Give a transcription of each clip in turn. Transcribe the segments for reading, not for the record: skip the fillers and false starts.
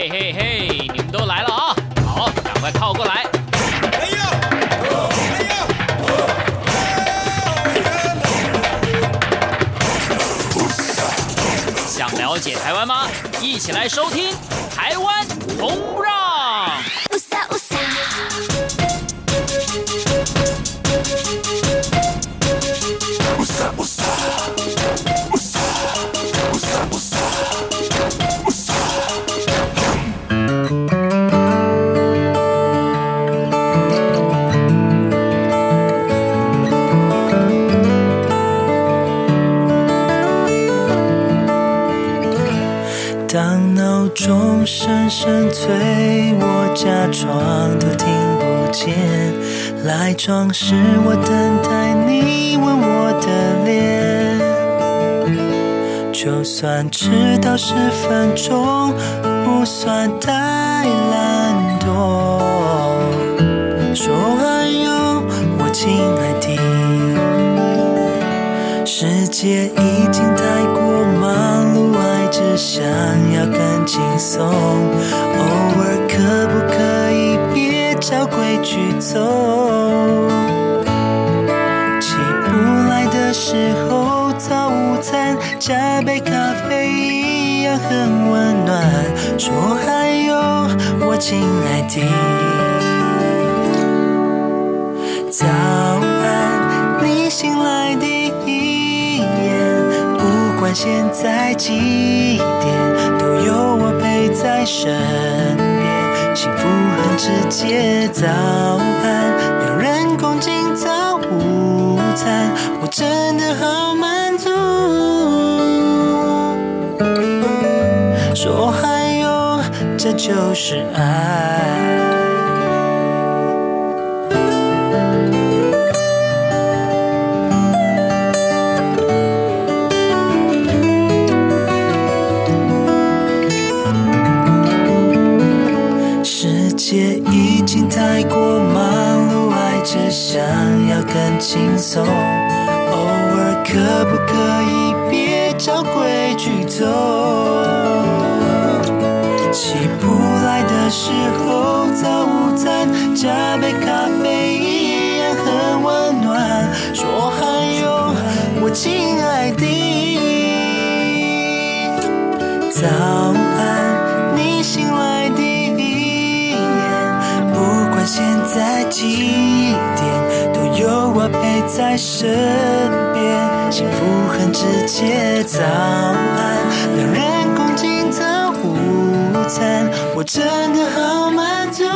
嘿嘿，你们都来了啊！好，赶快靠过来。想了解台湾吗？一起来收听《台湾红不让》。 当闹钟声声催，我假装都听不见，来装饰我等待你吻我的脸。就算迟到10分钟，不算太懒惰。说哎呦，我亲爱的，世界已经太过忙碌，只想要更轻松，偶尔可不可以别照规矩走？起不来的时候，早午餐加杯咖啡一样很温暖。说还有我亲爱的，早安，你醒来的不管现在几点，都有我陪在身边，幸福很直接。早安，有人共进早午餐，我真的好满足。说还有，这就是爱。已经太过忙碌，爱只想要更轻松，偶尔可不可以别照规矩走？起不来的时候，早午餐加杯咖啡一样很温暖。说还有我亲爱的，早安，你醒来的现在几点，都有我陪在身边，幸福很直接。早安，两人共进早午餐，我真的好满足。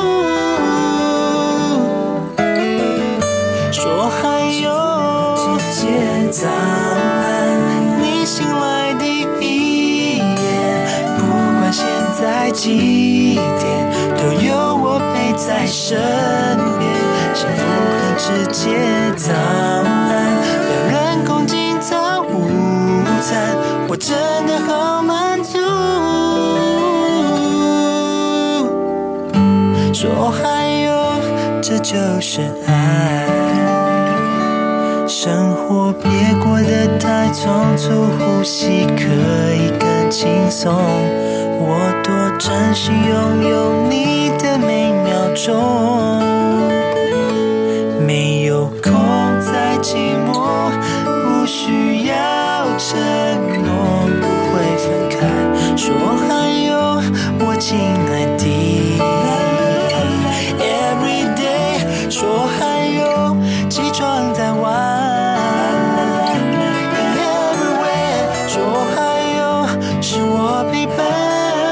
说还有直接，早安，你醒来的一夜，不管现在几点，都有我陪在身边，幸福很直接。早安，两人共进早午餐，我真的好满足。说还有，这就是爱。生活别过得太匆促，呼吸可以更轻松。我多珍惜拥有你的每秒钟，没有空再寂寞，不需要承诺，不会分开。说还有我亲爱的 Every day， 说还有起床在玩Everywhere， 说还有是我陪伴。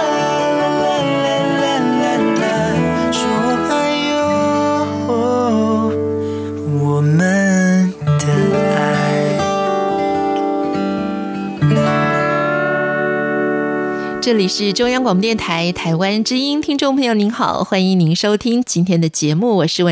这里是中央广播电台台湾之音，听众朋友您好，欢迎您收听今天的节目，我是文心。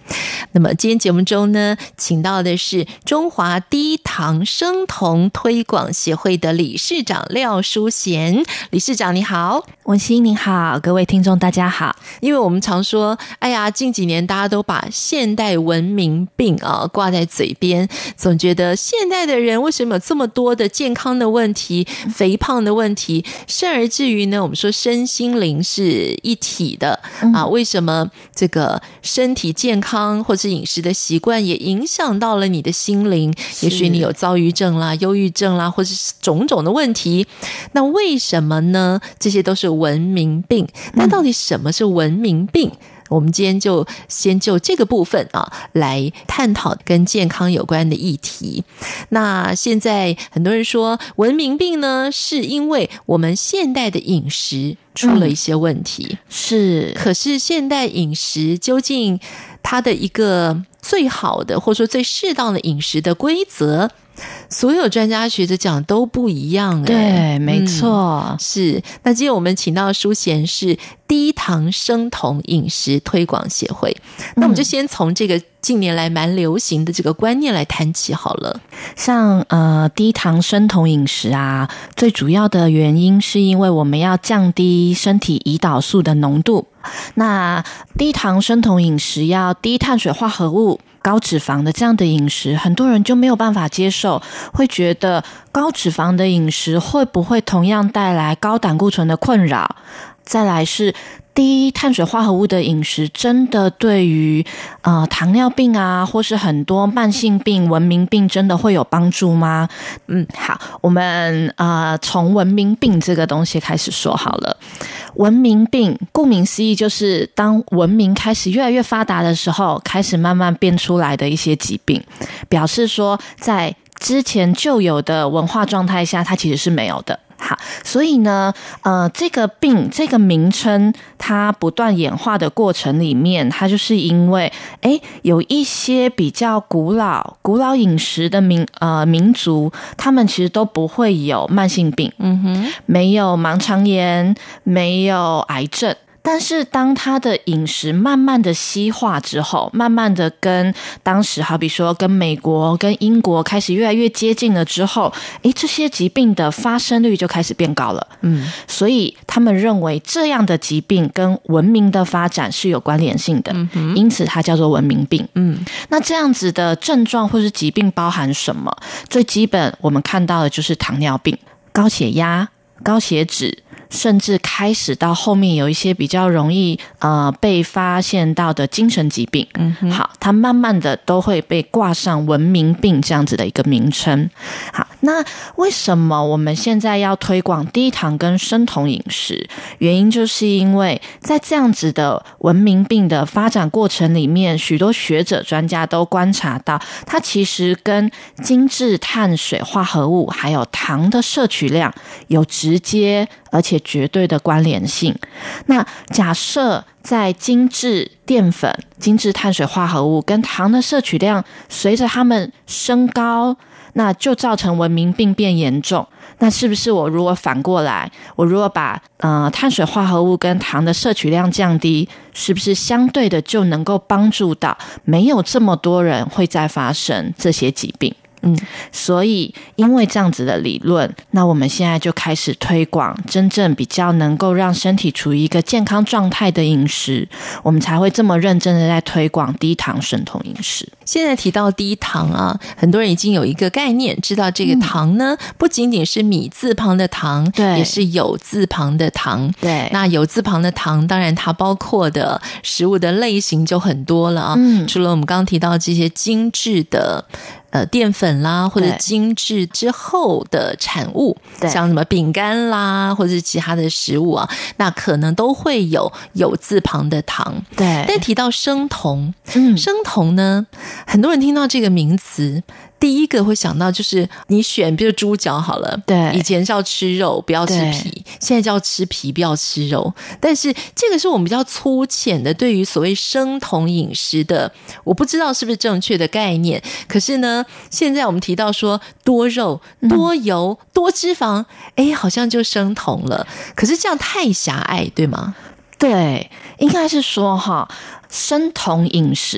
那么今天节目中呢，请到的是中华低糖生酮推广协会的理事长廖淑贤。理事长你好。 文心你好，各位听众大家好。 因为我们常说，哎呀，近几年大家都把现代文明病挂在嘴边，总觉得现代的人为什么有这么多的健康的问题、肥胖的问题，甚而至于呢，我们说身心灵是一体的为什么这个身体健康或是饮食的习惯也影响到了你的心灵？也许你有躁郁症啦、忧郁症啦，或是种种的问题。那为什么呢？这些都是文明病。那到底什么是文明病？我们今天就先就这个部分来探讨跟健康有关的议题。那现在很多人说文明病呢，是因为我们现代的饮食出了一些问题。 是， 可是现代饮食究竟它的一个最好的或者说最适当的饮食的规则，所有专家学者讲都不一样。 对，没错。 是。那今天我们请到淑贤是低糖生酮饮食推广协会，那我们就先从这个近年来蛮流行的这个观念来谈起好了。 像低糖生酮饮食啊，最主要的原因是因为我们要降低身体胰岛素的浓度。那低糖生酮饮食要低碳水化合物、高脂肪的这样的饮食，很多人就没有办法接受，会觉得高脂肪的饮食会不会同样带来高胆固醇的困扰？再来是低碳水化合物的饮食真的对于糖尿病啊，或是很多慢性病、文明病真的会有帮助吗？好，我们从文明病这个东西开始说好了。文明病顾名思义就是当文明开始越来越发达的时候，开始慢慢变出来的一些疾病，表示说在之前就有的文化状态下它其实是没有的。好，所以呢这个病这个名称它不断演化的过程里面，它就是因为有一些比较古老饮食的民族，他们其实都不会有慢性病，没有盲肠炎，没有癌症。但是当他的饮食慢慢的西化之后，慢慢的跟当时好比说跟美国跟英国开始越来越接近了之后，这些疾病的发生率就开始变高了。所以他们认为这样的疾病跟文明的发展是有关联性的，因此它叫做文明病。那这样子的症状或是疾病包含什么？最基本我们看到的就是糖尿病、高血压、高血脂，甚至开始到后面有一些比较容易被发现到的精神疾病。好，它慢慢的都会被挂上文明病这样子的一个名称。好，那为什么我们现在要推广低糖跟生酮饮食？原因就是因为在这样子的文明病的发展过程里面，许多学者专家都观察到，它其实跟精致碳水化合物还有糖的摄取量有直接而且绝对的关联性。那假设在精致淀粉、精致碳水化合物跟糖的摄取量随着它们升高，那就造成文明病变严重。那是不是我如果反过来，我如果把碳水化合物跟糖的摄取量降低，是不是相对的就能够帮助到没有这么多人会再发生这些疾病？所以因为这样子的理论，那我们现在就开始推广真正比较能够让身体处于一个健康状态的饮食，我们才会这么认真的在推广低糖生酮饮食。 现在提到低糖很多人已经有一个概念，知道这个糖呢，不仅仅是米字旁的糖， 对， 也是酉字旁的糖。 对， 那酉字旁的糖，当然它包括的食物的类型就很多了除了我们刚刚提到这些精致的淀粉啦，或者精致之后的产物，像什么饼干啦，或者是其他的食物那可能都会有酉字旁的糖。 对， 但提到生酮，生酮呢，很多人听到这个名词，第一个会想到就是你选，比如猪脚好了， 对， 以前是要吃肉不要吃皮，现在就要吃皮不要吃肉。但是这个是我们比较粗浅的对于所谓生酮饮食的，我不知道是不是正确的概念。可是呢，现在我们提到说多肉、多油、多脂肪，好像就生酮了。可是这样太狭隘，对吗？ 对，应该是说生酮饮食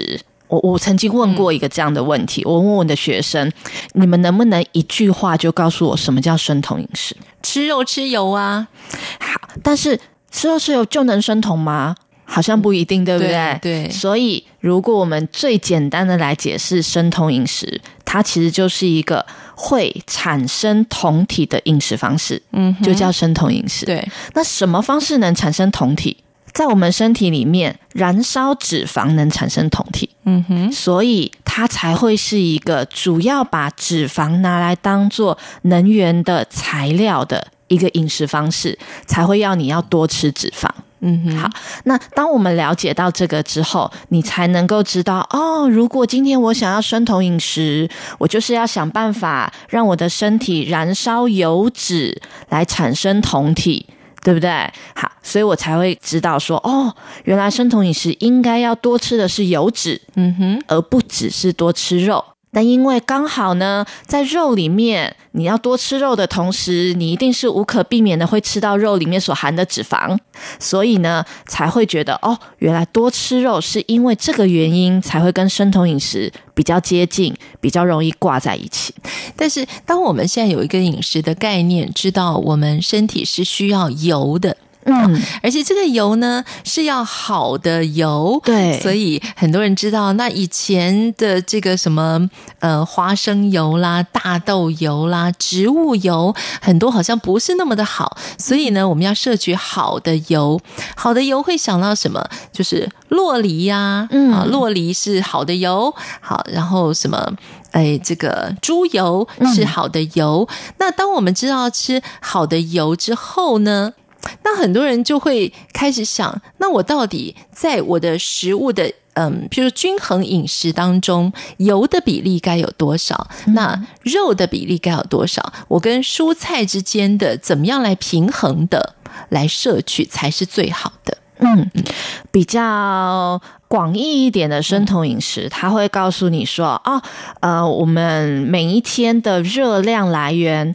我曾经问过一个这样的问题，我问我的学生，你们能不能一句话就告诉我什么叫生酮饮食？ 吃肉吃油啊。 好，但是吃肉吃油就能生酮吗？好像不一定，对不对？ 对。 所以如果我们最简单的来解释生酮饮食，它其实就是一个会产生酮体的饮食方式，就叫生酮饮食。 对， 那什么方式能产生酮体？在我们身体里面，燃烧脂肪能产生酮体，所以它才会是一个主要把脂肪拿来当做能源的材料的一个饮食方式，才会要你要多吃脂肪。好，那当我们了解到这个之后，你才能够知道哦，如果今天我想要生酮饮食，我就是要想办法让我的身体燃烧油脂来产生酮体，对不对？好，所以我才会知道说，哦，原来生酮饮食应该要多吃的是油脂，而不只是多吃肉。但因为刚好呢，在肉里面，你要多吃肉的同时，你一定是无可避免的会吃到肉里面所含的脂肪，所以呢，才会觉得哦，原来多吃肉是因为这个原因，才会跟生酮饮食比较接近，比较容易挂在一起。 但是，当我们现在有一个饮食的概念，知道我们身体是需要油的。而且这个油呢是要好的油， 对， 所以很多人知道，那以前的这个什么花生油啦、大豆油啦、植物油，很多好像不是那么的好，所以呢，我们要摄取好的油。好的油会想到什么？就是酪梨呀，酪梨是好的油，好，然后什么？这个猪油是好的油。那当我们知道吃好的油之后呢？那很多人就会开始想，那我到底在我的食物的譬如均衡饮食当中，油的比例该有多少？那肉的比例该有多少？我跟蔬菜之间的怎么样来平衡的来摄取才是最好的？ 比较广义一点的生酮饮食，它会告诉你说，我们每一天的热量来源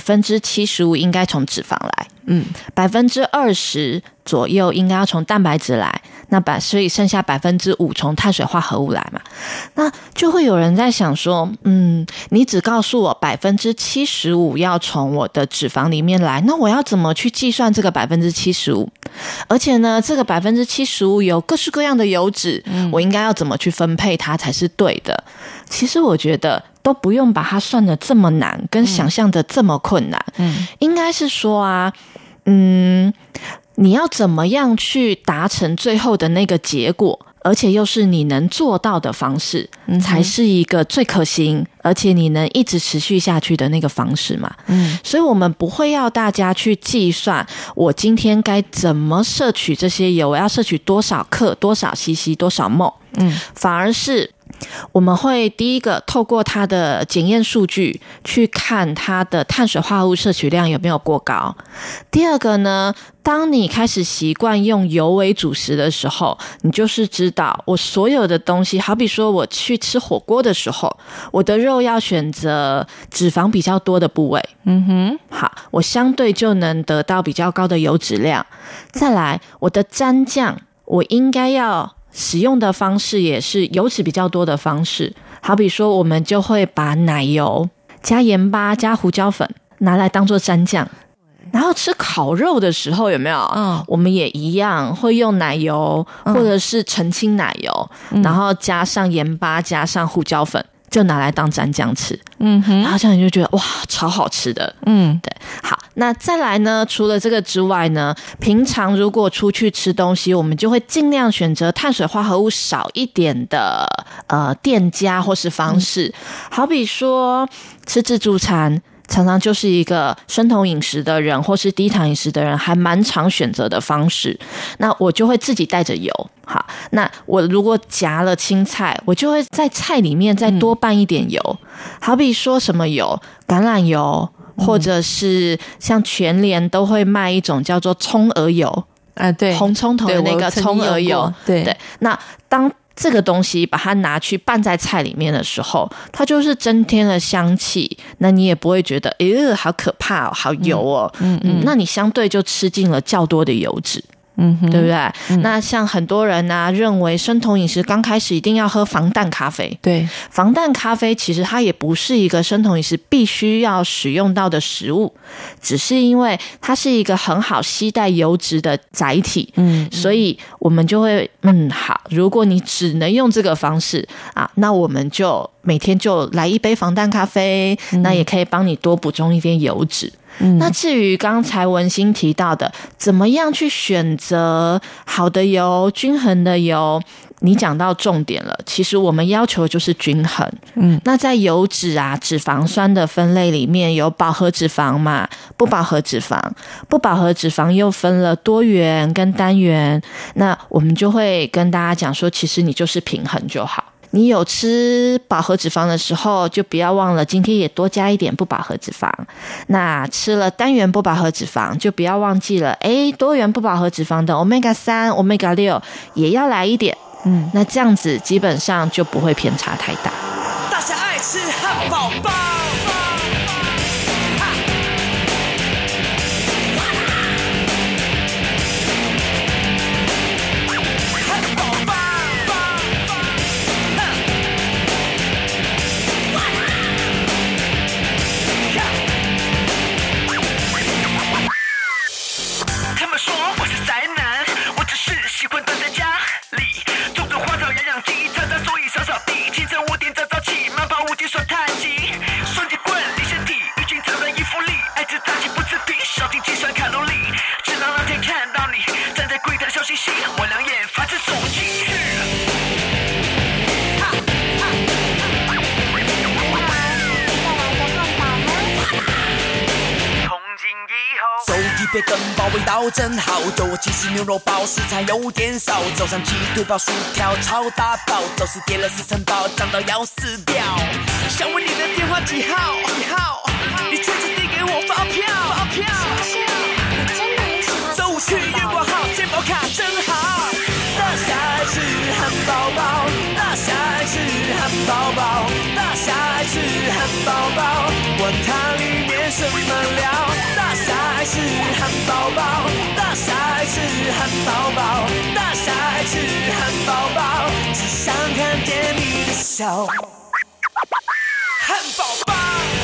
75%应该从脂肪来，20%左右应该要从蛋白质来，所以剩下5%从碳水化合物来嘛。那就会有人在想说，你只告诉我75%要从我的脂肪里面来，那我要怎么去计算这个75%？而且呢，这个75%有各式各样的油脂，我应该要怎么去分配它才是对的？其实我觉得都不用把它算得这么难，跟想象的这么困难。应该是说啊，你要怎么样去达成最后的那个结果，而且又是你能做到的方式，才是一个最可行，而且你能一直持续下去的那个方式嘛。所以我们不会要大家去计算我今天该怎么摄取这些油，我要摄取多少克、多少 cc、多少 mol，反而是我们会第一个透过它的检验数据去看它的碳水化合物摄取量有没有过高。第二个呢，当你开始习惯用油为主食的时候，你就是知道我所有的东西，好比说我去吃火锅的时候，我的肉要选择脂肪比较多的部位，好，我相对就能得到比较高的油脂量。再来，我的蘸酱我应该要使用的方式也是油脂比较多的方式，好比说我们就会把奶油加盐巴加胡椒粉拿来当做蘸酱，然后吃烤肉的时候有没有我们也一样会用奶油或者是澄清奶油，然后加上盐巴加上胡椒粉，就拿来当蘸酱吃，然后这样你就觉得哇，超好吃的，对。好，那再来呢，除了这个之外呢，平常如果出去吃东西，我们就会尽量选择碳水化合物少一点的店家或是方式，好比说吃自助餐，常常就是一个生酮饮食的人或是低糖饮食的人还蛮常选择的方式。那我就会自己带着油，好，那我如果夹了青菜，我就会在菜里面再多拌一点油，好比说什么油，橄榄油，或者是像全联都会卖一种叫做葱鹅油， 对， 红葱头的那个葱鹅油，对。那当这个东西把它拿去拌在菜里面的时候，它就是增添了香气，那你也不会觉得好可怕哦，好油哦，那你相对就吃进了较多的油脂。 对不对？那像很多人啊，认为生酮饮食刚开始一定要喝防弹咖啡。 对， 防弹咖啡其实它也不是一个生酮饮食必须要使用到的食物，只是因为它是一个很好携带油脂的载体，所以我们就会好，如果你只能用这个方式啊，那我们就每天就来一杯防弹咖啡，那也可以帮你多补充一点油脂。那至于刚才文心提到的怎么样去选择好的油、均衡的油，你讲到重点了，其实我们要求就是均衡。那在油脂啊、脂肪酸的分类里面有饱和脂肪嘛，不饱和脂肪，不饱和脂肪又分了多元跟单元，那我们就会跟大家讲说，其实你就是平衡就好。你有吃饱和脂肪的时候，就不要忘了今天也多加一点不饱和脂肪。那吃了单元不饱和脂肪，就不要忘记了，多元不饱和脂肪的 Omega-3、Omega-6 也要来一点。那这样子基本上就不会偏差太大。 大家爱吃汉堡包。一杯更饱，味道真好，走我鸡翅牛肉包，蔬菜有点少，走上鸡腿堡、薯条超大包，走时叠了4层包，胀到要死掉。想问你的电话几号？你确实递给我发票。我真的很喜欢。走去月光号，健保卡真好。大侠爱吃汉堡包，大侠爱吃汉堡包，大侠爱吃汉堡包，管它里面什么料。大侠爱吃汉堡包，大侠爱吃汉堡包，大侠爱吃汉堡包，只想看见你的笑。汉堡包。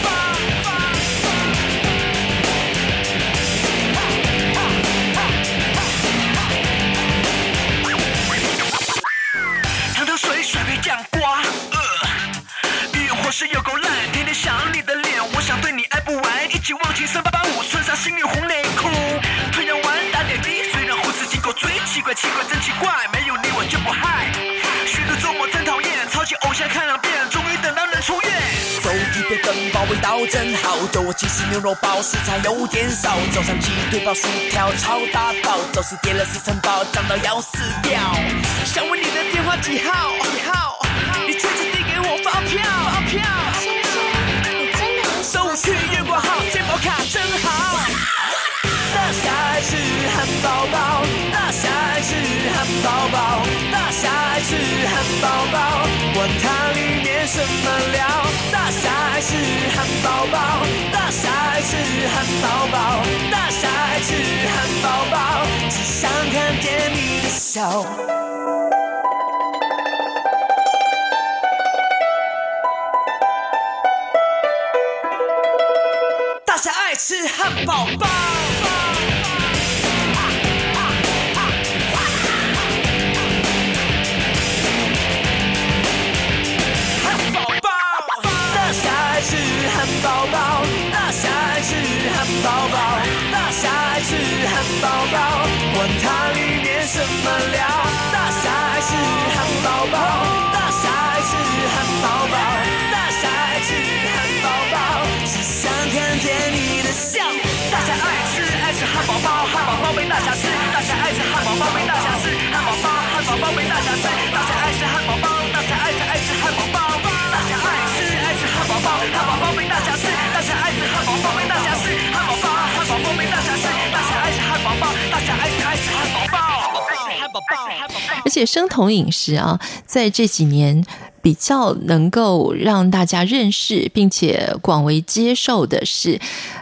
长头水被酱刮，欲或是有够烂，天天想你的脸，我想对你爱不完，一起忘情385，穿上幸运红内裤，推人玩打点滴，虽然护士经过追，奇怪真奇怪，没有你我就不嗨，虚度周末真讨厌，超级偶像看2遍，终于等到能出院。走一杯更饱，味道真好，走我鸡翅牛肉包，蔬菜有点少，走上鸡腿堡、薯条超大包，走时叠了4层包，胀到要死掉。想问你的电话几号？你确实递给我发票。先生，你真的很喜欢。走去月光号，健保卡真好。大侠爱吃汉堡包，大侠爱吃汉堡包，大侠爱吃汉堡包，管它里面什么料。大侠爱吃汉堡包，大侠爱吃汉堡包，大侠爱吃汉堡包，只想看见你的笑。大侠爱吃汉堡包。汉堡包，大侠爱吃汉堡包，大侠爱吃汉堡包，管它里面什么料。大侠爱吃汉堡包，大侠爱吃汉堡包，大侠爱吃汉堡包，只想看见你的笑。大侠爱吃汉堡包，汉堡包被大侠吃，大侠爱吃汉堡包被大侠吃，汉堡包被大侠吃，大侠爱吃汉堡包，大侠爱吃汉堡包，大侠爱吃汉堡包，汉堡包被大侠吃，大侠爱吃汉堡包被大侠吃，汉堡包被大侠吃，大侠爱吃汉堡包，大侠爱吃汉堡包。 而且生酮饮食啊，在这几年比较能够让大家认识并且广为接受的是，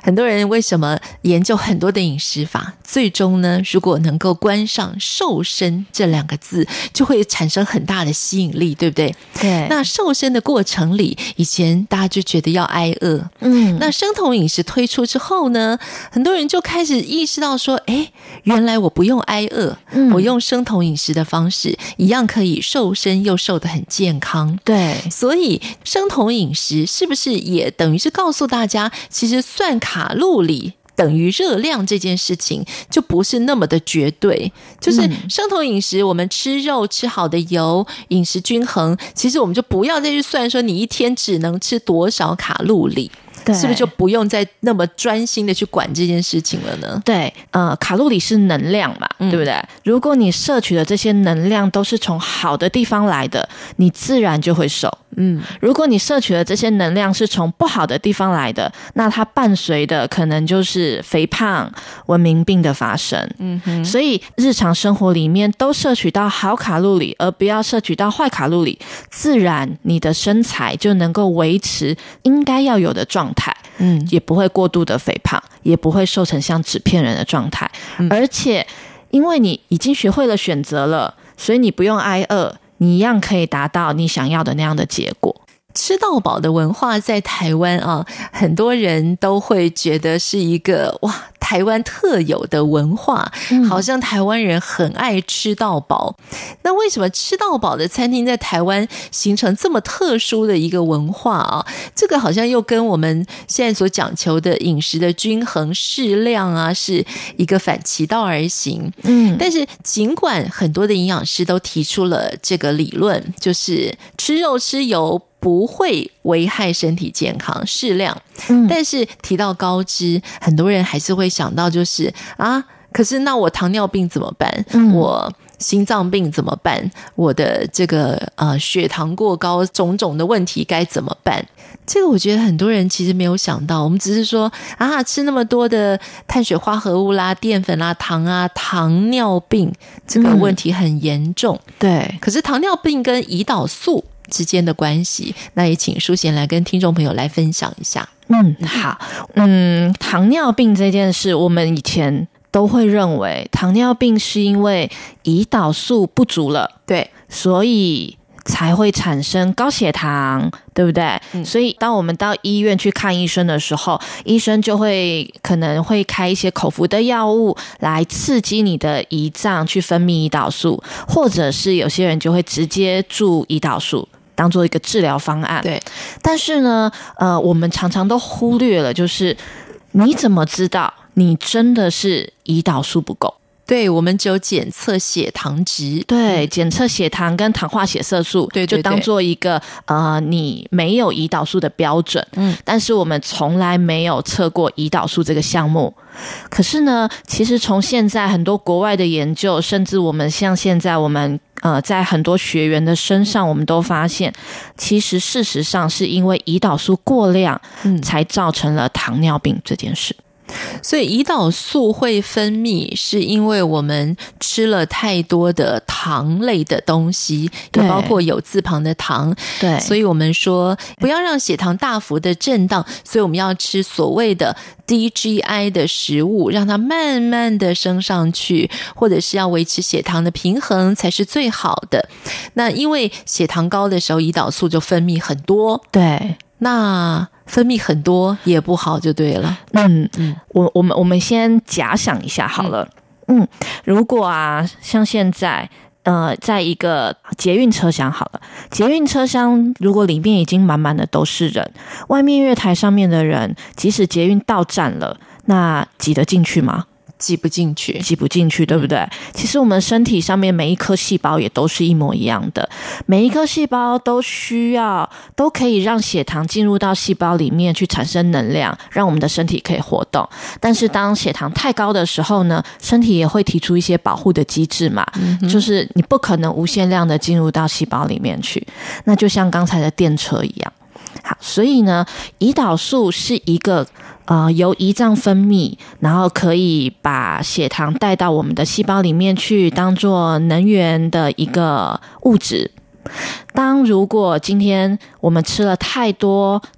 很多人为什么研究很多的饮食法，最终呢，如果能够关上瘦身这2个字，就会产生很大的吸引力，对不对？ 对。 那瘦身的过程里，以前大家就觉得要挨饿，那生酮饮食推出之后呢，很多人就开始意识到说，原来我不用挨饿，我用生酮饮食的方式，一样可以瘦身又瘦得很健康。 对， 所以生酮饮食是不是也等于是告诉大家，其实算卡路里等于热量这件事情就不是那么的绝对，就是生酮饮食，我们吃肉吃好的油，饮食均衡，其实我们就不要再去算说你一天只能吃多少卡路里，是不是就不用再那么专心的去管这件事情了呢？ 对，卡路里是能量嘛，对不对？如果你摄取的这些能量都是从好的地方来的，你自然就会瘦。如果你摄取的这些能量是从不好的地方来的，那它伴随的可能就是肥胖、文明病的发生。所以日常生活里面都摄取到好卡路里，而不要摄取到坏卡路里，自然你的身材就能够维持应该要有的状态。也不会过度的肥胖，也不会瘦成像纸片人的状态。而且因为你已经学会了选择了，所以你不用挨饿，你一样可以达到你想要的那样的结果。 吃到饱的文化在台湾啊，很多人都会觉得是一个台湾特有的文化，好像台湾人很爱吃到饱。那为什么吃到饱的餐厅在台湾形成这么特殊的一个文化啊？这个好像又跟我们现在所讲求的饮食的均衡适量啊，是一个反其道而行。但是尽管很多的营养师都提出了这个理论，就是吃肉吃油不会危害身体健康，适量。但是提到高脂，很多人还是会想到就是可是那我糖尿病怎么办？我心脏病怎么办？我的这个血糖过高，种种的问题该怎么办？这个我觉得很多人其实没有想到，我们只是说吃那么多的碳水化合物啦、淀粉啦、糖啊，糖尿病这个问题很严重。 对， 可是糖尿病跟胰岛素之间的关系，那也请淑贤来跟听众朋友来分享一下。 好，糖尿病这件事，我们以前都会认为糖尿病是因为胰岛素不足了， 对， 所以才会产生高血糖，对不对？所以当我们到医院去看医生的时候，医生就可能会开一些口服的药物来刺激你的胰脏去分泌胰岛素，或者是有些人就会直接注胰岛素当做一个治疗方案。 对， 但是呢，我们常常都忽略了，就是你怎么知道你真的是胰岛素不够？ 对，我们只有检测血糖值， 对，检测血糖跟糖化血色素， 对， 就当做一个你没有胰岛素的标准。但是我们从来没有测过胰岛素这个项目。可是呢，其实从现在很多国外的研究，甚至我们像现在我们在很多学员的身上，我们都发现，其实事实上是因为胰岛素过量，才造成了糖尿病这件事。 所以胰岛素会分泌是因为我们吃了太多的糖类的东西，也包括有字旁的糖。 对， 所以我们说不要让血糖大幅的震荡，所以我们要吃所谓的低 GI 的食物，让它慢慢的升上去，或者是要维持血糖的平衡才是最好的。那因为血糖高的时候，胰岛素就分泌很多。 对， 那分泌很多也不好就对了。 我们先假想一下好了。如果像现在在一个捷运车厢好了，捷运车厢如果里面已经满满的都是人，外面月台上面的人，即使捷运到站了，那挤得进去吗？ 挤不进去， 对不对？其实我们身体上面每一颗细胞也都是一模一样的，每一颗细胞都可以让血糖进入到细胞里面去产生能量，让我们的身体可以活动。但是当血糖太高的时候呢，身体也会提出一些保护的机制嘛，就是你不可能无限量的进入到细胞里面去，那就像刚才的电车一样。好，所以呢，胰岛素是一个由胰脏分泌，然后可以把血糖带到我们的细胞里面去，当做能源的一个物质。如果今天我们吃了太多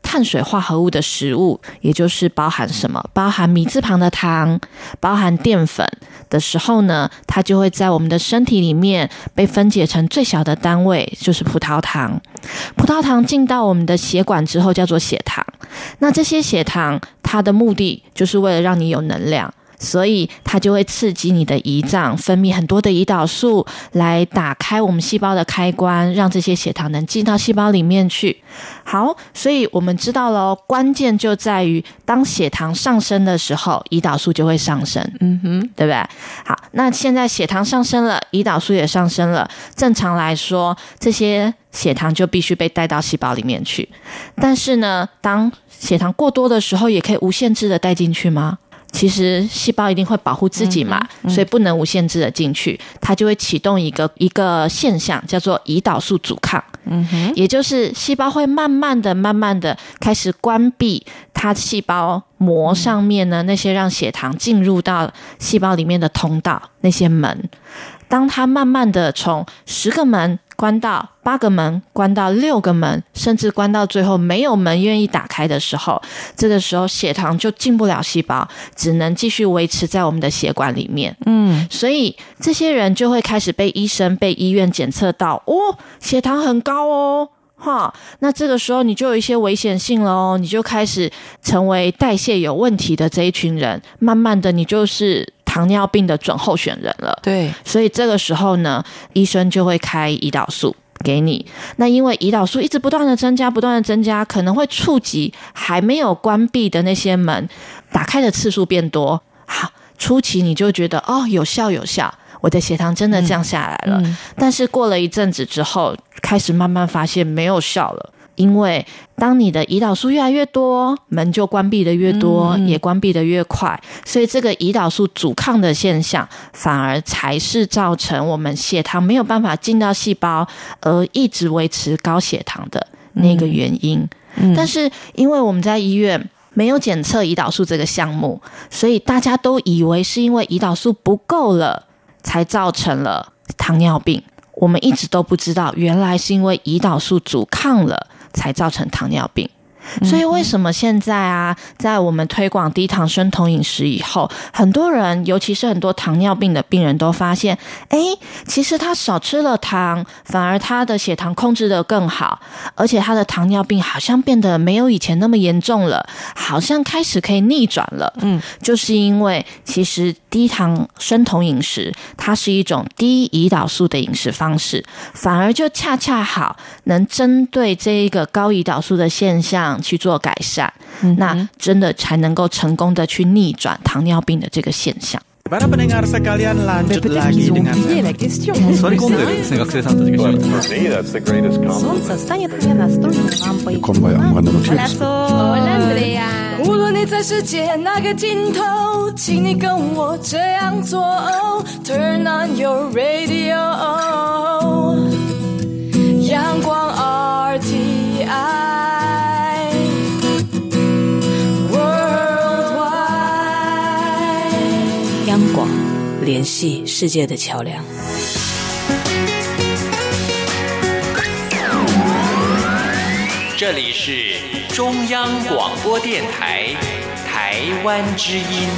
碳水化合物的食物，也就是包含什么？包含米字旁的糖，包含淀粉的时候呢，它就会在我们的身体里面被分解成最小的单位，就是葡萄糖。葡萄糖进到我们的血管之后叫做血糖，那这些血糖它的目的就是为了让你有能量，所以它就会刺激你的胰脏分泌很多的胰岛素来打开我们细胞的开关，让这些血糖能进到细胞里面去。好，所以我们知道了，关键就在于当血糖上升的时候，胰岛素就会上升，对不对？好，那现在血糖上升了，胰岛素也上升了，正常来说这些血糖就必须被带到细胞里面去。但是呢，当血糖过多的时候，也可以无限制的带进去吗？其实细胞一定会保护自己嘛，所以不能无限制的进去，它就会启动一个现象，叫做胰岛素阻抗。也就是细胞会慢慢的开始关闭它细胞膜上面呢那些让血糖进入到细胞里面的通道，那些门。当它慢慢的从10个门关到8个门，关到6个门，甚至关到最后没有门愿意打开的时候，这个时候血糖就进不了细胞，只能继续维持在我们的血管里面。所以这些人就会开始被医院检测到，血糖很高哦。那这个时候你就有一些危险性了哦，你就开始成为代谢有问题的这一群人，慢慢的你就是糖尿病的准候选人了。 对， 所以这个时候呢，医生就会开胰岛素给你。那因为胰岛素一直不断的增加，可能会触及还没有关闭的那些门，打开的次数变多。好，初期你就觉得有效，我的血糖真的降下来了。但是过了一阵子之后，开始慢慢发现没有效了。因为当你的胰岛素越来越多，门就关闭的越多，也关闭的越快，所以这个胰岛素阻抗的现象反而才是造成我们血糖没有办法进到细胞而一直维持高血糖的那个原因。但是因为我们在医院没有检测胰岛素这个项目，所以大家都以为是因为胰岛素不够了才造成了糖尿病。我们一直都不知道，原来是因为胰岛素阻抗了才造成糖尿病。所以为什么现在在我们推广低糖生酮饮食以后，很多人尤其是很多糖尿病的病人都发现，其实他少吃了糖，反而他的血糖控制得更好，而且他的糖尿病好像变得没有以前那么严重了，好像开始可以逆转了。就是因为其实低糖生酮饮食它是一种低胰岛素的饮食方式，反而就恰恰好能针对这一个高胰岛素的现象去做改善，那真的才能够成功的去逆转糖尿病的这个现象。 Para pendengar sekalian, lanjut lagi dengan Sorry,学生たちが喋ってます。 That's the greatest compliment. この前はの天使。 无论你在世界哪个尽头，请你跟我这样做。Turn on your radio， 阳光 RTI。Worldwide， 央广联系世界的桥梁。 这里是中央广播电台台湾之音。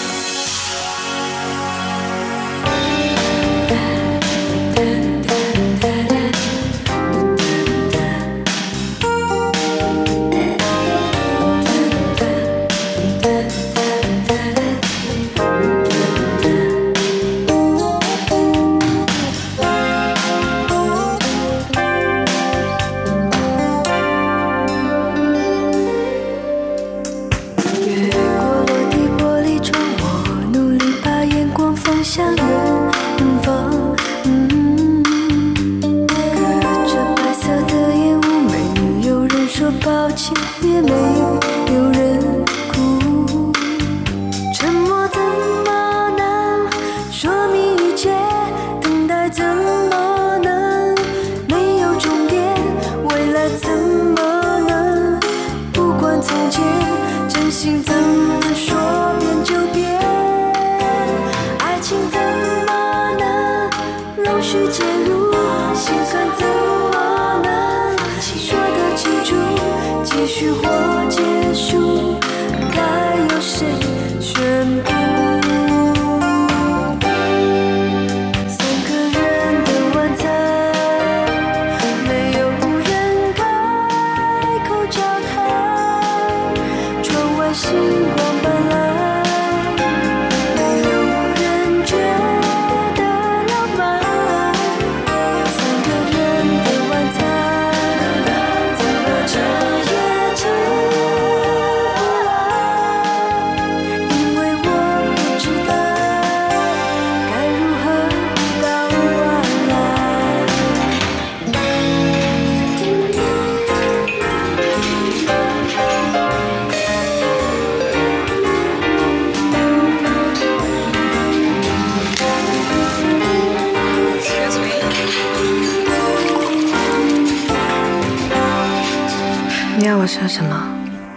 抱歉，也没有人哭。沉默怎么能说明一切？等待怎么能没有终点？未来怎么能不管从前？真心怎么说变就变？爱情怎么能容许介入？心酸怎么能说得清楚？继续活。 我说什么？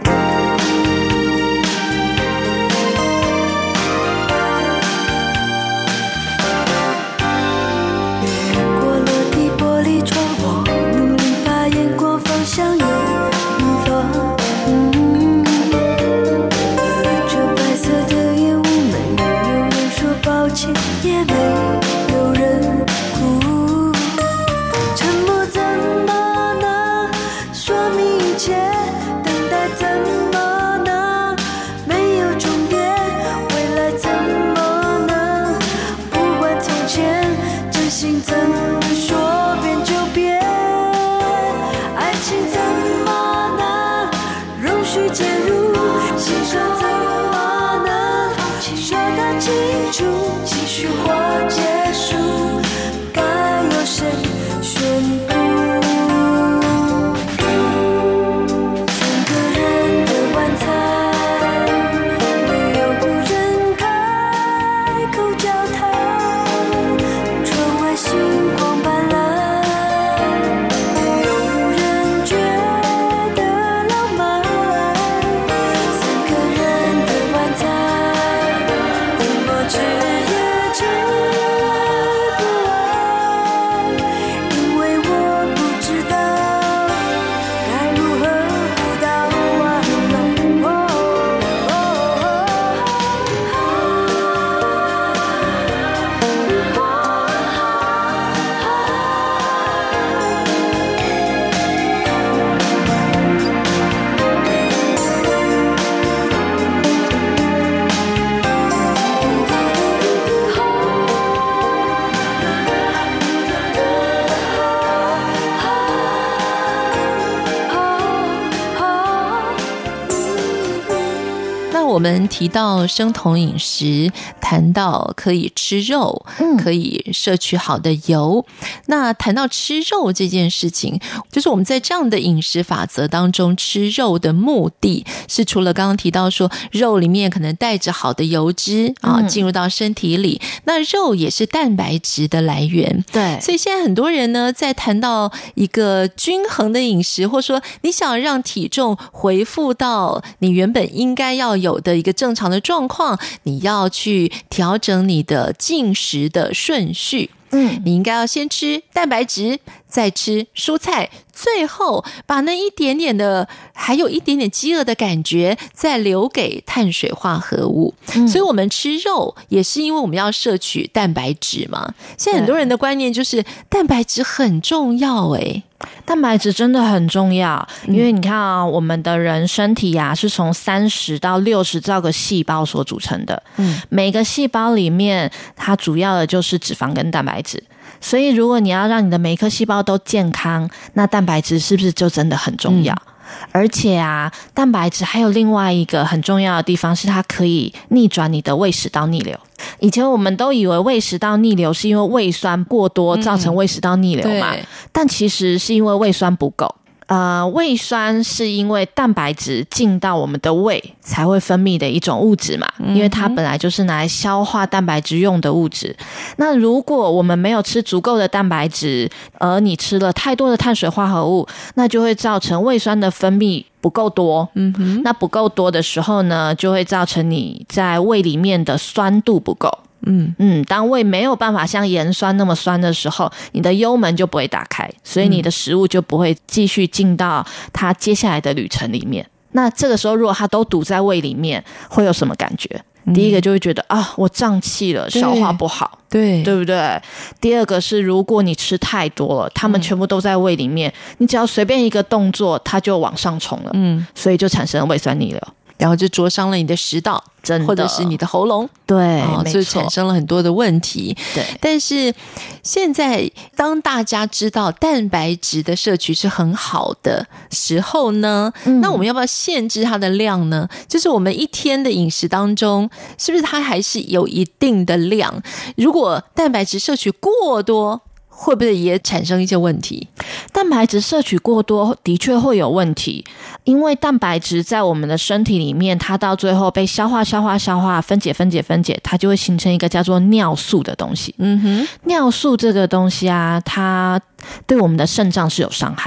我们提到生酮饮食，谈到可以吃肉，可以摄取好的油。那谈到吃肉这件事情，就是我们在这样的饮食法则当中，吃肉的目的是除了刚刚提到说肉里面可能带着好的油脂进入到身体里，那肉也是蛋白质的来源。 对， 所以现在很多人呢，在谈到一个均衡的饮食，或者说你想让体重回复到你原本应该要有的一个正常的状况，你要去调整你的进食的顺序。你应该要先吃蛋白质，再吃蔬菜，最后把那一点点的还有一点点饥饿的感觉再留给碳水化合物。所以我们吃肉也是因为我们要摄取蛋白质嘛。现在很多人的观念就是蛋白质很重要蛋白质真的很重要，因为你看我们的人身体是从30到60兆个细胞所组成的，每个细胞里面它主要的就是脂肪跟蛋白质，所以如果你要让你的每一颗细胞都健康，那蛋白质是不是就真的很重要？而且蛋白质还有另外一个很重要的地方，是它可以逆转你的胃食道逆流。以前我们都以为胃食道逆流是因为胃酸过多造成胃食道逆流嘛，但其实是因为胃酸不够。胃酸是因为蛋白质进到我们的胃才会分泌的一种物质嘛，因为它本来就是拿来消化蛋白质用的物质。那如果我们没有吃足够的蛋白质，而你吃了太多的碳水化合物，那就会造成胃酸的分泌不够多。那不够多的时候呢，就会造成你在胃里面的酸度不够。当胃没有办法像盐酸那么酸的时候，你的幽门就不会打开，所以你的食物就不会继续进到它接下来的旅程里面。那这个时候如果它都堵在胃里面，会有什么感觉？第一个就会觉得我胀气了，消化不好，对不对？第二个是如果你吃太多了，它们全部都在胃里面，你只要随便一个动作它就往上冲了，所以就产生了胃酸逆流， 然后就灼伤了你的食道，或者是你的喉咙， 对， 所以产生了很多的问题。 对， 但是现在当大家知道蛋白质的摄取是很好的时候呢，那我们要不要限制它的量呢？就是我们一天的饮食当中，是不是它还是有一定的量？如果蛋白质摄取过多，会不会也产生一些问题？ 蛋白质摄取过多的确会有问题，因为蛋白质在我们的身体里面，它到最后被消化、分解，它就会形成一个叫做尿素的东西。尿素这个东西它对我们的肾脏是有伤害的。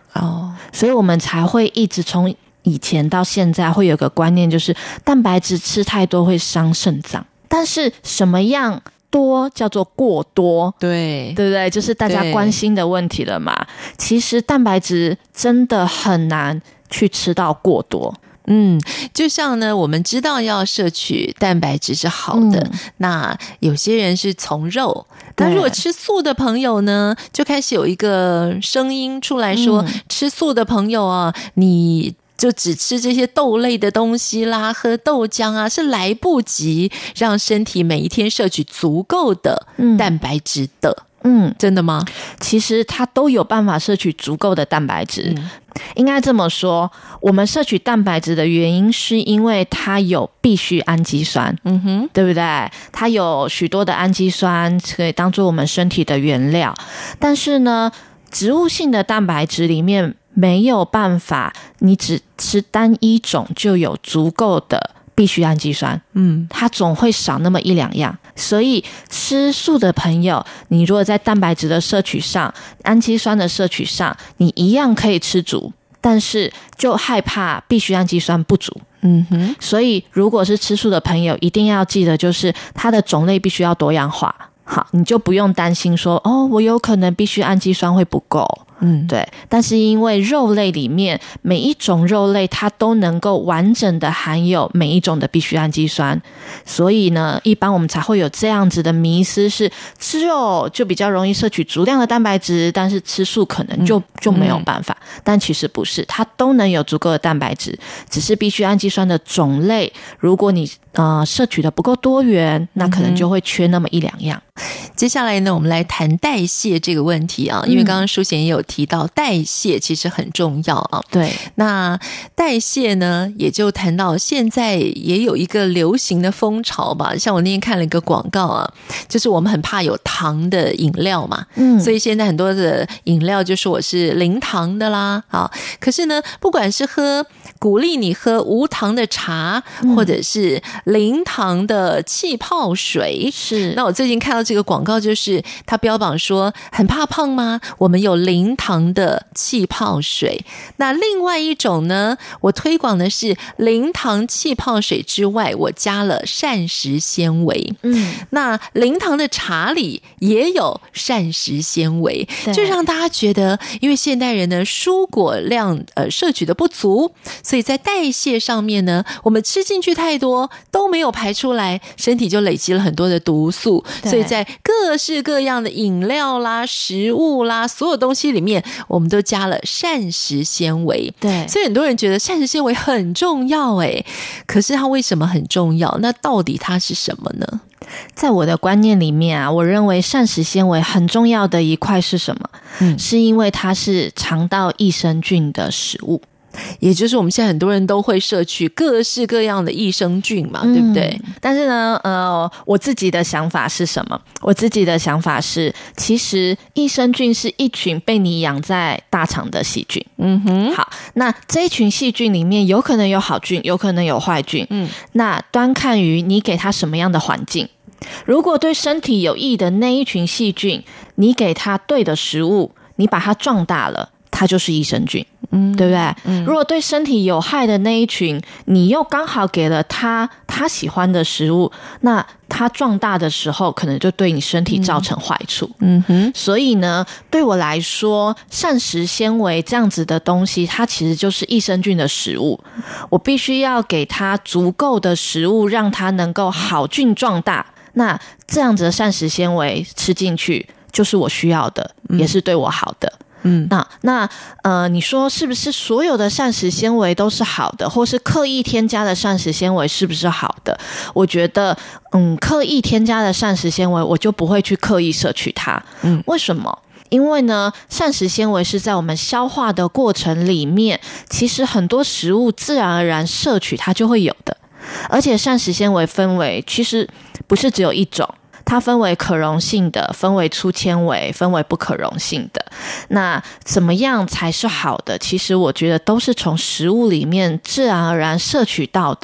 所以我们才会一直从以前到现在会有个观念，就是蛋白质吃太多会伤肾脏。但是什么样多叫做过多？对不对？就是大家关心的问题了嘛。其实蛋白质真的很难去吃到过多。 就像呢，我们知道要摄取蛋白质是好的，那有些人是从肉，那如果吃素的朋友呢，就开始有一个声音出来说，吃素的朋友啊，你就只吃这些豆类的东西啦，喝豆浆啊，是来不及让身体每一天摄取足够的蛋白质的。真的吗？ 其实它都有办法摄取足够的蛋白质。应该这么说，我们摄取蛋白质的原因是因为它有必需氨基酸，对不对？它有许多的氨基酸可以当作我们身体的原料，但是呢，植物性的蛋白质里面没有办法，你只吃单一种就有足够的必需氨基酸，它总会少那么一两样。所以吃素的朋友，你如果在蛋白质的摄取上、氨基酸的摄取上，你一样可以吃足，但是就害怕必需氨基酸不足。所以如果是吃素的朋友，一定要记得，就是它的种类必须要多样化。好，你就不用担心说，我有可能必需氨基酸会不够。对，但是因为肉类里面每一种肉类它都能够完整的含有每一种的必需氨基酸，所以呢，一般我们才会有这样子的迷思，是吃肉就比较容易摄取足量的蛋白质，但是吃素可能就没有办法。但其实不是，它都能有足够的蛋白质，只是必需氨基酸的种类，如果你摄取的不够多元，那可能就会缺那么一两样。 接下来呢，我们来谈代谢这个问题啊，因为刚刚淑贤也有提到代谢其实很重要啊。 对， 那代谢呢，也就谈到现在也有一个流行的风潮吧。像我那天看了一个广告啊，就是我们很怕有糖的饮料嘛，所以现在很多的饮料就说我是零糖的啦啊。可是呢，不管是鼓励你喝无糖的茶，或者是零糖的气泡水， 是。 那我最近看到这个广告，就是他标榜说很怕胖吗？我们有零糖的气泡水。那另外一种呢，我推广的是零糖气泡水之外，我加了膳食纤维。那零糖的茶里也有膳食纤维，就让大家觉得，因为现代人的蔬果量摄取的不足，所以在代谢上面呢，我们吃进去太多都没有排出来，身体就累积了很多的毒素，所以在各式各样的饮料啦、食物啦，所有东西里面我们都加了膳食纤维。 对， 所以很多人觉得膳食纤维很重要可是它为什么很重要？那到底它是什么呢？ 在我的观念里面啊，我认为膳食纤维很重要的一块是什么？是因为它是肠道益生菌的食物。 也就是我们现在很多人都会摄取各式各样的益生菌嘛，对不对？ 但是呢，我自己的想法是什么？我自己的想法是，其实益生菌是一群被你养在大肠的细菌。好，那这一群细菌里面有可能有好菌，有可能有坏菌。那端看于你给它什么样的环境。如果对身体有益的那一群细菌，你给它对的食物，你把它壮大了，它就是益生菌。对不对？如果对身体有害的那一群，你又刚好给了他喜欢的食物，那他壮大的时候可能就对你身体造成坏处。所以呢，对我来说，膳食纤维这样子的东西，它其实就是益生菌的食物。我必须要给它足够的食物，让它能够好菌壮大。那这样子的膳食纤维吃进去，就是我需要的，也是对我好的。你说是不是所有的膳食纤维都是好的，或是刻意添加的膳食纤维是不是好的？我觉得刻意添加的膳食纤维我就不会去刻意摄取它。为什么？因为呢，膳食纤维是在我们消化的过程里面，其实很多食物自然而然摄取它就会有的。而且膳食纤维分为其实不是只有一种，它分为可溶性的，分为粗纤维，分为不可溶性的。那怎么样才是好的？其实我觉得都是从食物里面自然而然摄取到的。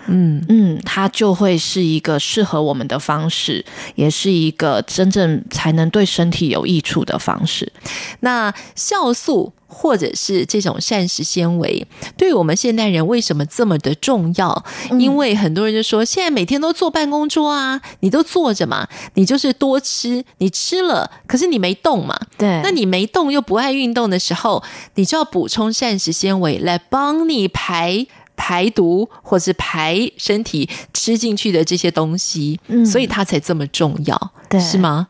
它就会是一个适合我们的方式，也是一个真正才能对身体有益处的方式。 那酵素或者是这种膳食纤维对我们现代人为什么这么的重要？因为很多人就说现在每天都坐办公桌啊，你都坐着嘛，你就是多吃，你吃了可是你没动嘛， 对， 那你没动又不爱运动的时候，你就要补充膳食纤维来帮你排毒或是排身体吃进去的这些东西，所以它才这么重要，是吗？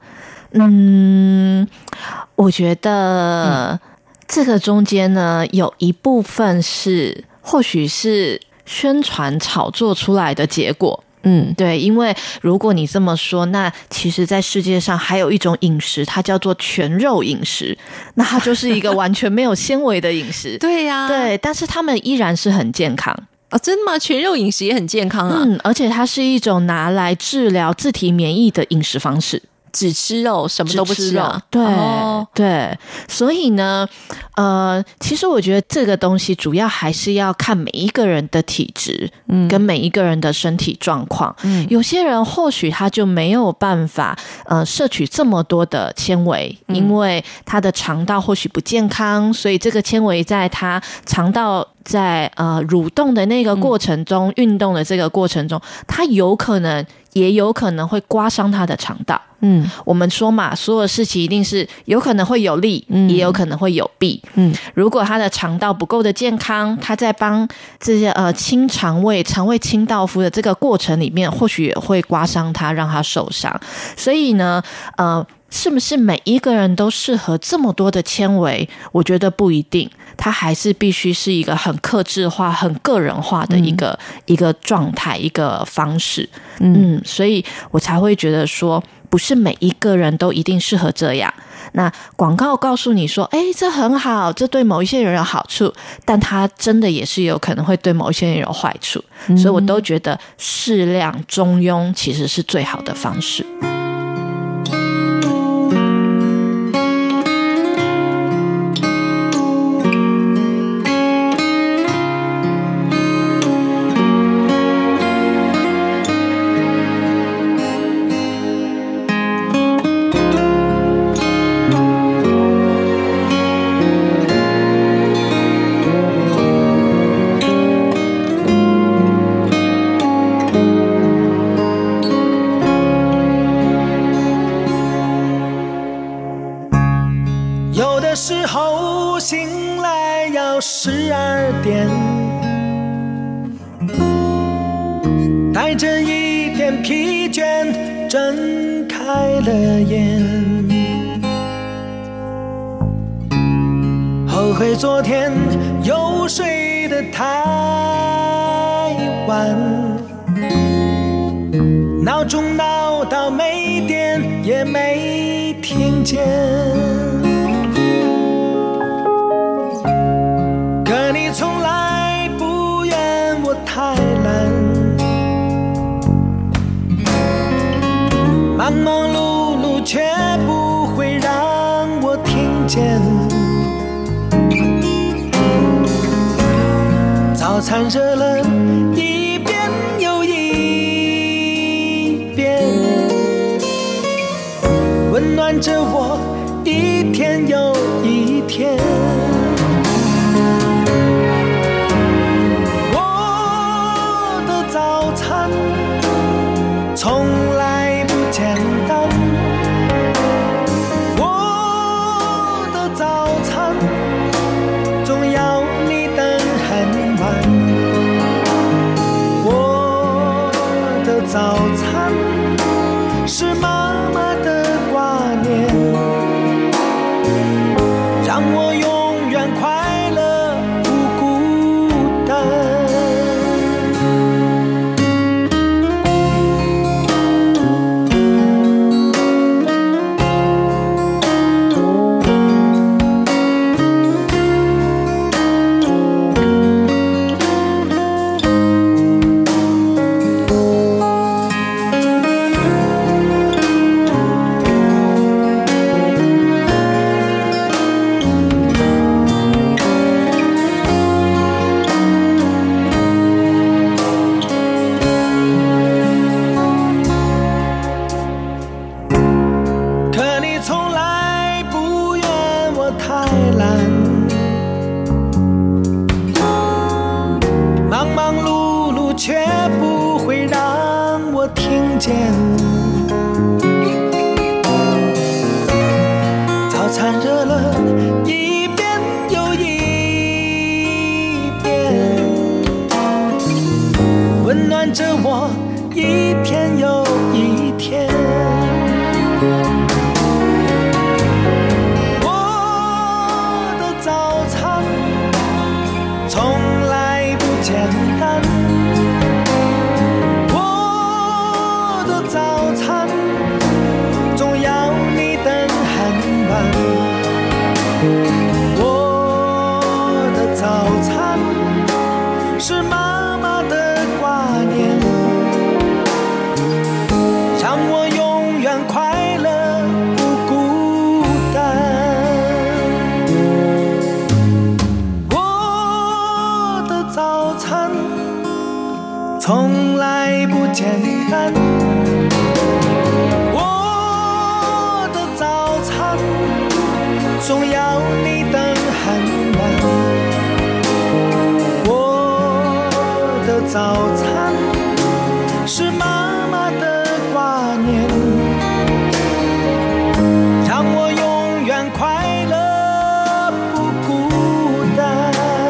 我觉得这个中间呢，有一部分是或许是宣传炒作出来的结果。对，因为如果你这么说，那其实在世界上还有一种饮食，它叫做全肉饮食，那它就是一个完全没有纤维的饮食。 对呀， 对，但是他们依然是很健康。 哦，真的吗？全肉饮食也很健康啊。 而且它是一种拿来治疗自体免疫的饮食方式。 只吃肉，什么都不吃啊？ 对、对，所以呢，其实我觉得这个东西主要还是要看每一个人的体质，跟每一个人的身体状况。有些人或许他就没有办法，摄取这么多的纤维，因为他的肠道或许不健康，所以这个纤维在他肠道在蠕动的那个过程中，运动的这个过程中，它也有可能会刮伤他的肠道。我们说嘛，所有事情一定是有可能会有利，也有可能会有弊。如果他的肠道不够的健康，他在帮这些清肠胃清道夫的这个过程里面，或许也会刮伤他，让他受伤。所以呢，是不是每一个人都适合这么多的纤维？我觉得不一定，它还是必须是一个很客制化、很个人化的一个状态、一个方式。所以我才会觉得说，不是每一个人都一定适合这样。那广告告诉你说，这很好，这对某一些人有好处，但它真的也是有可能会对某一些人有坏处。所以我都觉得适量中庸其实是最好的方式。 时候醒来要12点，带着一点疲倦睁开了眼，后悔昨天又睡得太晚，闹钟闹到没电也没听见，可你从来不怨我太懒，忙忙碌碌却不会让我听见，早餐热了一遍又一遍，温暖着我一天又一天，我的早餐从来不简单，我的早餐总要你等很晚，我的早餐是妈妈的挂念，让我永远快乐不孤单。 见。早餐热了一遍又一遍，温暖着我一天又一天。我的早餐从来不简单，我的早餐总要你等很晚，我的早餐是妈妈的挂念，让我永远快乐不孤单。我的早餐从来不简单，我的早餐总要你等很晚，我的早餐是妈妈的挂念，让我永远快乐不孤单。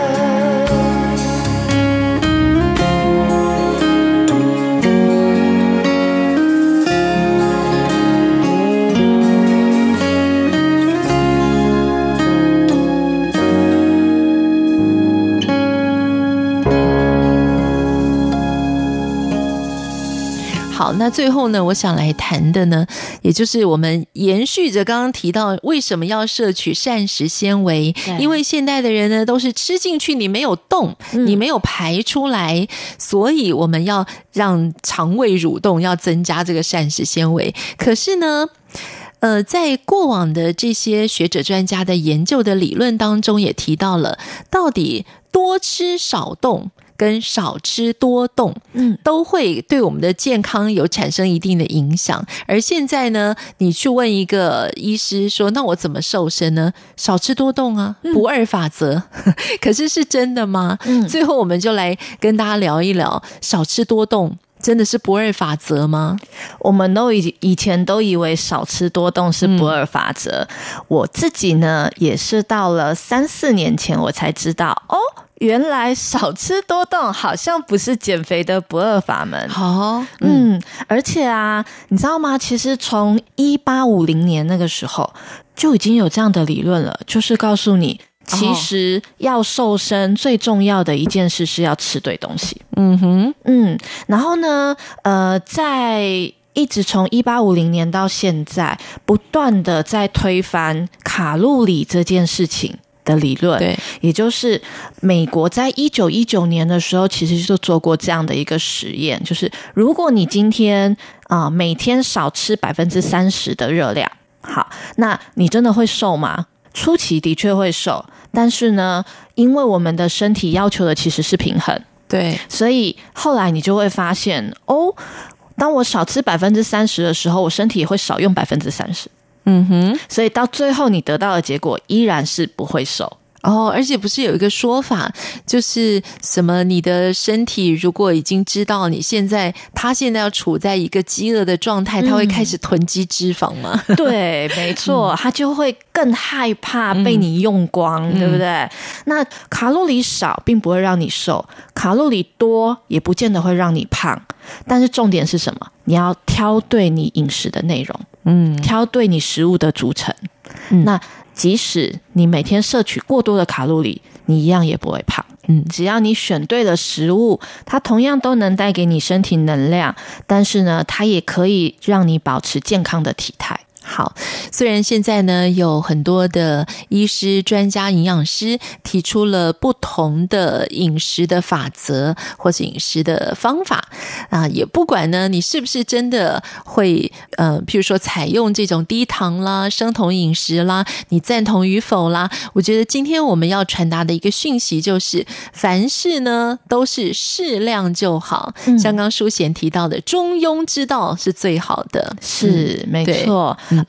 好，那最后呢，我想来谈的呢，也就是我们延续着刚刚提到为什么要摄取膳食纤维，因为现代的人呢都是吃进去你没有动，你没有排出来，所以我们要让肠胃蠕动，要增加这个膳食纤维。可是呢在过往的这些学者专家的研究的理论当中也提到了，到底多吃少动跟少吃多动，都会对我们的健康有产生一定的影响。而现在呢，你去问一个医师说，那我怎么瘦身呢？少吃多动啊，不二法则。可是是真的吗？最后我们就来跟大家聊一聊，少吃多动真的是不二法则吗？ 我们都以前都以为少吃多动是不二法则，我自己呢也是到了3-4年前我才知道哦，原来少吃多动好像不是减肥的不二法门。 好， 而且啊，你知道吗？其实从1850年那个时候就已经有这样的理论了，就是告诉你，其实要瘦身最重要的一件事是要吃对东西。然后呢，在一直从1850年到现在，不断的在推翻卡路里这件事情的理论。对，也就是美国在1919年的时候其实就做过这样的一个实验，就是如果你今天每天少吃30%的热量，好，那你真的会瘦吗？初期的确会瘦，但是呢，因为我们的身体要求的其实是平衡，对，所以后来你就会发现当我少吃30%的时候，我身体也会少用30%。所以到最后你得到的结果依然是不会瘦。 而且不是有一个说法，就是什么你的身体如果已经知道它现在要处在一个饥饿的状态，它会开始囤积脂肪吗？ 对，没错，它就会更害怕被你用光，对不对？那卡路里少并不会让你瘦，卡路里多也不见得会让你胖，但是重点是什么？你要挑对你饮食的内容，挑对你食物的组成。那即使你每天摄取过多的卡路里，你一样也不会胖。只要你选对了食物，它同样都能带给你身体能量，但是呢，它也可以让你保持健康的体态。 好，虽然现在呢有很多的医师、专家、营养师提出了不同的饮食的法则或是饮食的方法也不管呢你是不是真的会譬如说采用这种低糖啦、生酮饮食啦，你赞同与否啦，我觉得今天我们要传达的一个讯息就是，凡事呢都是适量就好。像刚淑贤提到的，中庸之道是最好的。 是没错。而且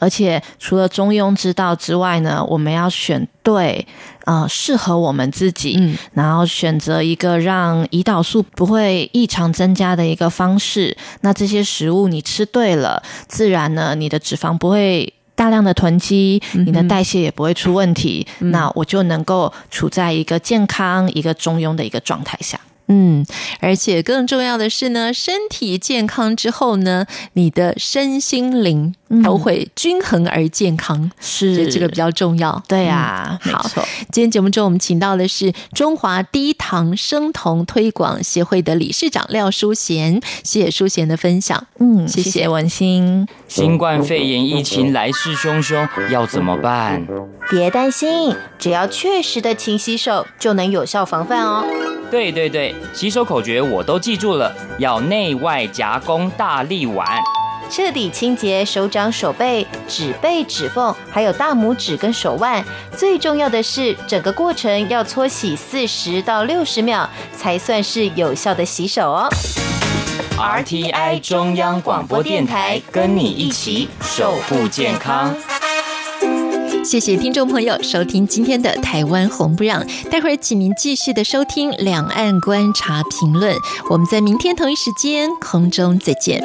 除了中庸之道之外呢，我们要选对适合我们自己，然后选择一个让胰岛素不会异常增加的一个方式。那这些食物你吃对了，自然呢你的脂肪不会大量的囤积，你的代谢也不会出问题，那我就能够处在一个健康、一个中庸的一个状态下。 而且更重要的是呢，身体健康之后呢，你的身心灵都会均衡而健康， 是这个比较重要。 对啊，没错。 今天节目中我们请到的是中华低糖生酮推广协会的理事长廖淑贤，谢谢淑贤的分享。 谢谢文心。 新冠肺炎疫情来势汹汹，要怎么办？ 别担心，只要确实的勤洗手，就能有效防范哦。 对对对，洗手口诀我都记住了，要内外夹攻大力碗， 彻底清洁手掌、手背、指背、指缝，还有大拇指跟手腕。最重要的是，整个过程要搓洗40到60秒，才算是有效的洗手哦。 RTI 中央广播电台，跟你一起守护健康。 谢谢听众朋友收听今天的台湾红不让，待会儿请您继续的收听两岸观察评论，我们在明天同一时间空中再见。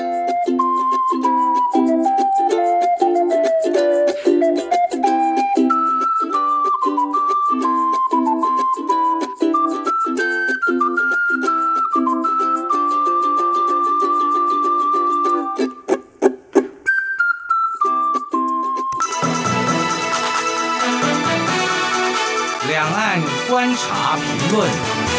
两岸观察评论。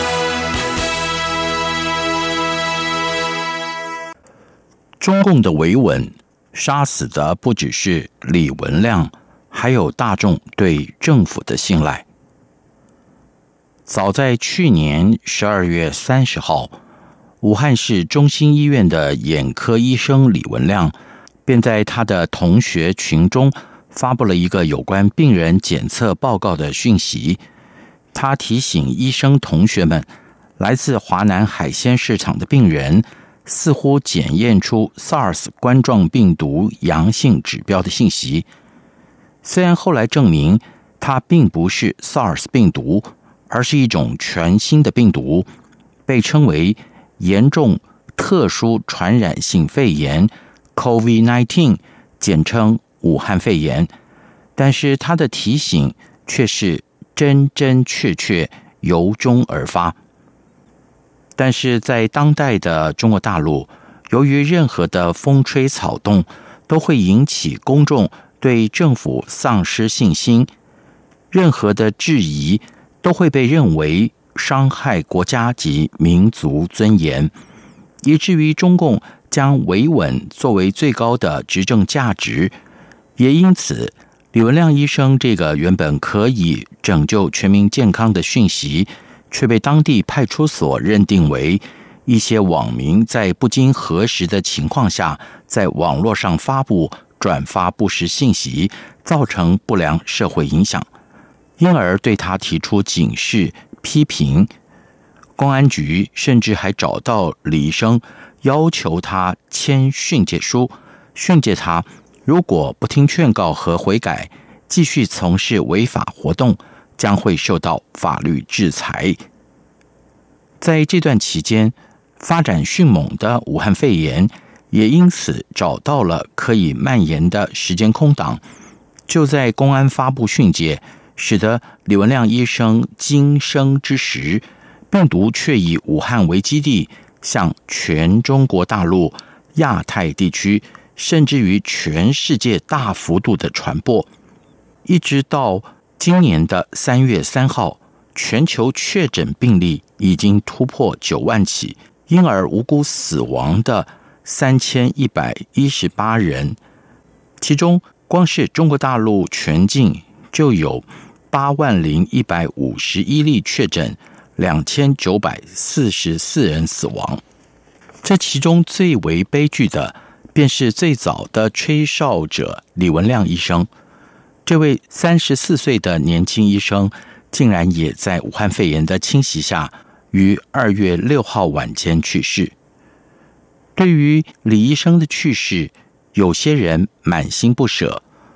中共的维稳杀死的不只是李文亮，还有大众对政府的信赖。早在去年12月30号，武汉市中心医院的眼科医生李文亮便在他的同学群中发布了一个有关病人检测报告的讯息。他提醒医生同学们，来自华南海鲜市场的病人似乎检验出 SARS 冠状病毒阳性指标的信息。虽然后来证明它并不是 SARS 病毒，而是一种全新的病毒，被称为严重特殊传染性肺炎 COVID-19， 简称武汉肺炎，但是他的提醒却是真真确确由衷而发。但是在当代的中国大陆，由于任何的风吹草动都会引起公众对政府丧失信心，任何的质疑都会被认为伤害国家及民族尊严，以至于中共将维稳作为最高的执政价值。也因此，李文亮医生这个原本可以拯救全民健康的讯息，却被当地派出所认定为一些网民在不经核实的情况下，在网络上发布、转发不实信息，造成不良社会影响，因而对他提出警示、批评。公安局甚至还找到李医生，要求他签训诫书，训诫他如果不听劝告和悔改，继续从事违法活动，将会受到法律制裁。在这段期间，发展迅猛的武汉肺炎也因此找到了可以蔓延的时间空档。就在公安发布训诫，使得李文亮医生惊生之时，病毒却以武汉为基地，向全中国大陆、亚太地区，甚至于全世界大幅度的传播。一直到今年的3月3号，全球确诊病例已经突破9万起，因而无辜死亡的3118人，其中光是中国大陆全境就有80151例确诊，2944人死亡。这其中最为悲剧的，便是最早的吹哨者李文亮医生。这位34岁的年轻医生，竟然也在武汉肺炎的侵袭下，于2月6号晚间去世。对于李医生的去世，有些人满心不舍，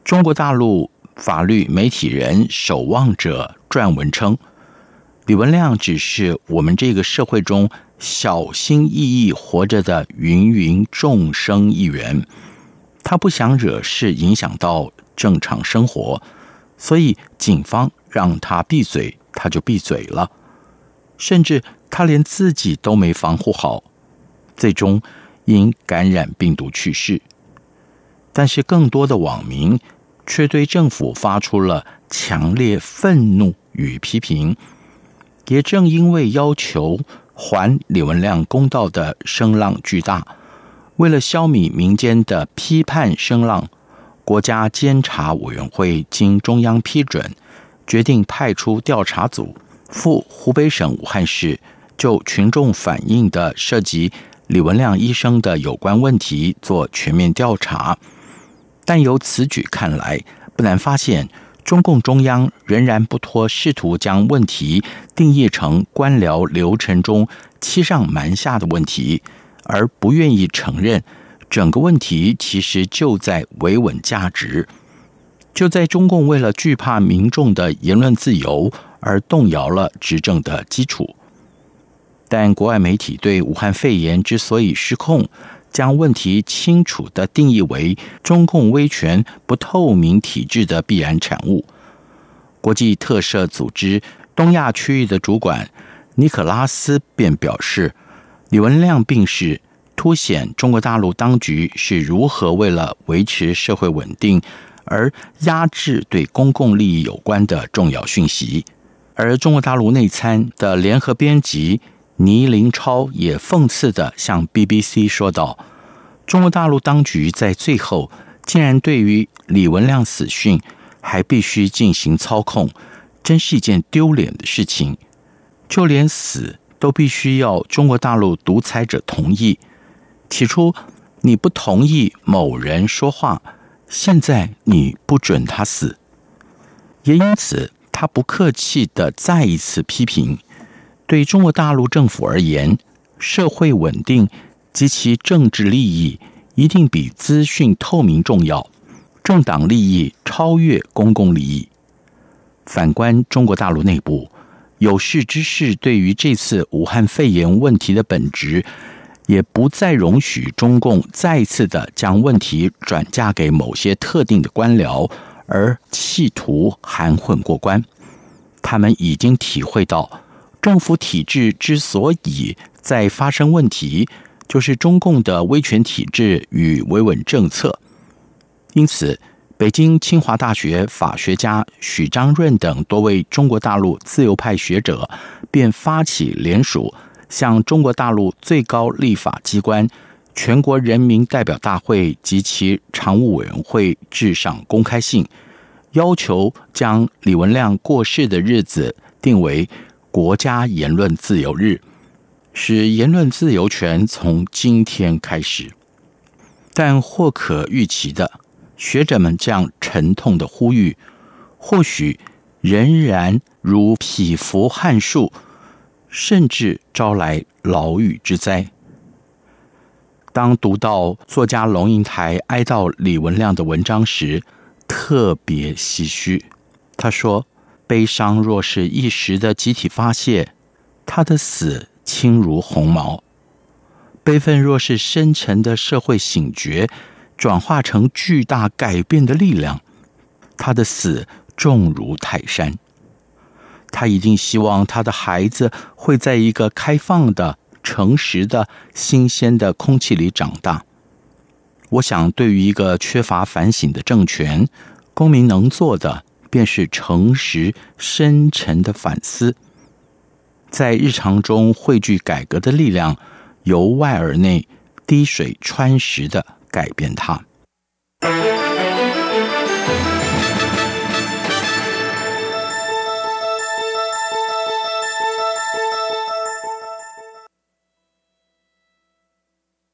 中国大陆法律媒体人守望者撰文称，李文亮只是我们这个社会中小心翼翼活着的芸芸众生一员，他不想惹事影响到正常生活，所以警方让他闭嘴，他就闭嘴了，甚至他连自己都没防护好，最终因感染病毒去世。但是更多的网民却对政府发出了强烈愤怒与批评，也正因为要求还李文亮公道的声浪巨大，为了消弭民间的批判声浪，国家监察委员会经中央批准，决定派出调查组赴湖北省武汉市，就群众反映的涉及李文亮医生的有关问题做全面调查。但由此举看来，不难发现中共中央仍然不脱试图将问题定义成官僚流程中欺上瞒下的问题，而不愿意承认整个问题其实就在维稳价值，就在中共为了惧怕民众的言论自由而动摇了执政的基础。但国外媒体对武汉肺炎之所以失控，将问题清楚地定义为中共威权不透明体制的必然产物。国际特赦组织东亚区域的主管尼可拉斯便表示，李文亮病逝凸显中国大陆当局是如何为了维持社会稳定而压制对公共利益有关的重要讯息。而中国大陆内参的联合编辑倪林超也讽刺地向 BBC 说道，中国大陆当局在最后竟然对于李文亮死讯还必须进行操控，真是一件丢脸的事情。就连死都必须要中国大陆独裁者同意，起初你不同意某人说话，现在你不准他死。也因此他不客气地再一次批评，对中国大陆政府而言，社会稳定及其政治利益一定比资讯透明重要，政党利益超越公共利益。反观中国大陆内部，有识之士对于这次武汉肺炎问题的本质，也不再容许中共再次的将问题转嫁给某些特定的官僚，而企图含混过关。他们已经体会到，政府体制之所以在发生问题，就是中共的威权体制与维稳政策。因此，北京清华大学法学家许章润等多位中国大陆自由派学者便发起联署，向中国大陆最高立法机关全国人民代表大会及其常务委员会致上公开信，要求将李文亮过世的日子定为国家言论自由日，使言论自由权从今天开始。但或可预期的，学者们这样沉痛的呼吁，或许仍然如匹夫撼树，甚至招来牢狱之灾。当读到作家龙应台哀悼李文亮的文章时，特别唏嘘。他说，悲伤若是一时的集体发泄，他的死轻如鸿毛；悲愤若是深沉的社会醒觉，转化成巨大改变的力量，他的死重如泰山。他一定希望他的孩子会在一个开放的、诚实的、新鲜的空气里长大。我想，对于一个缺乏反省的政权，公民能做的便是诚实、深沉的反思，在日常中汇聚改革的力量，由外而内，滴水穿石地改变它。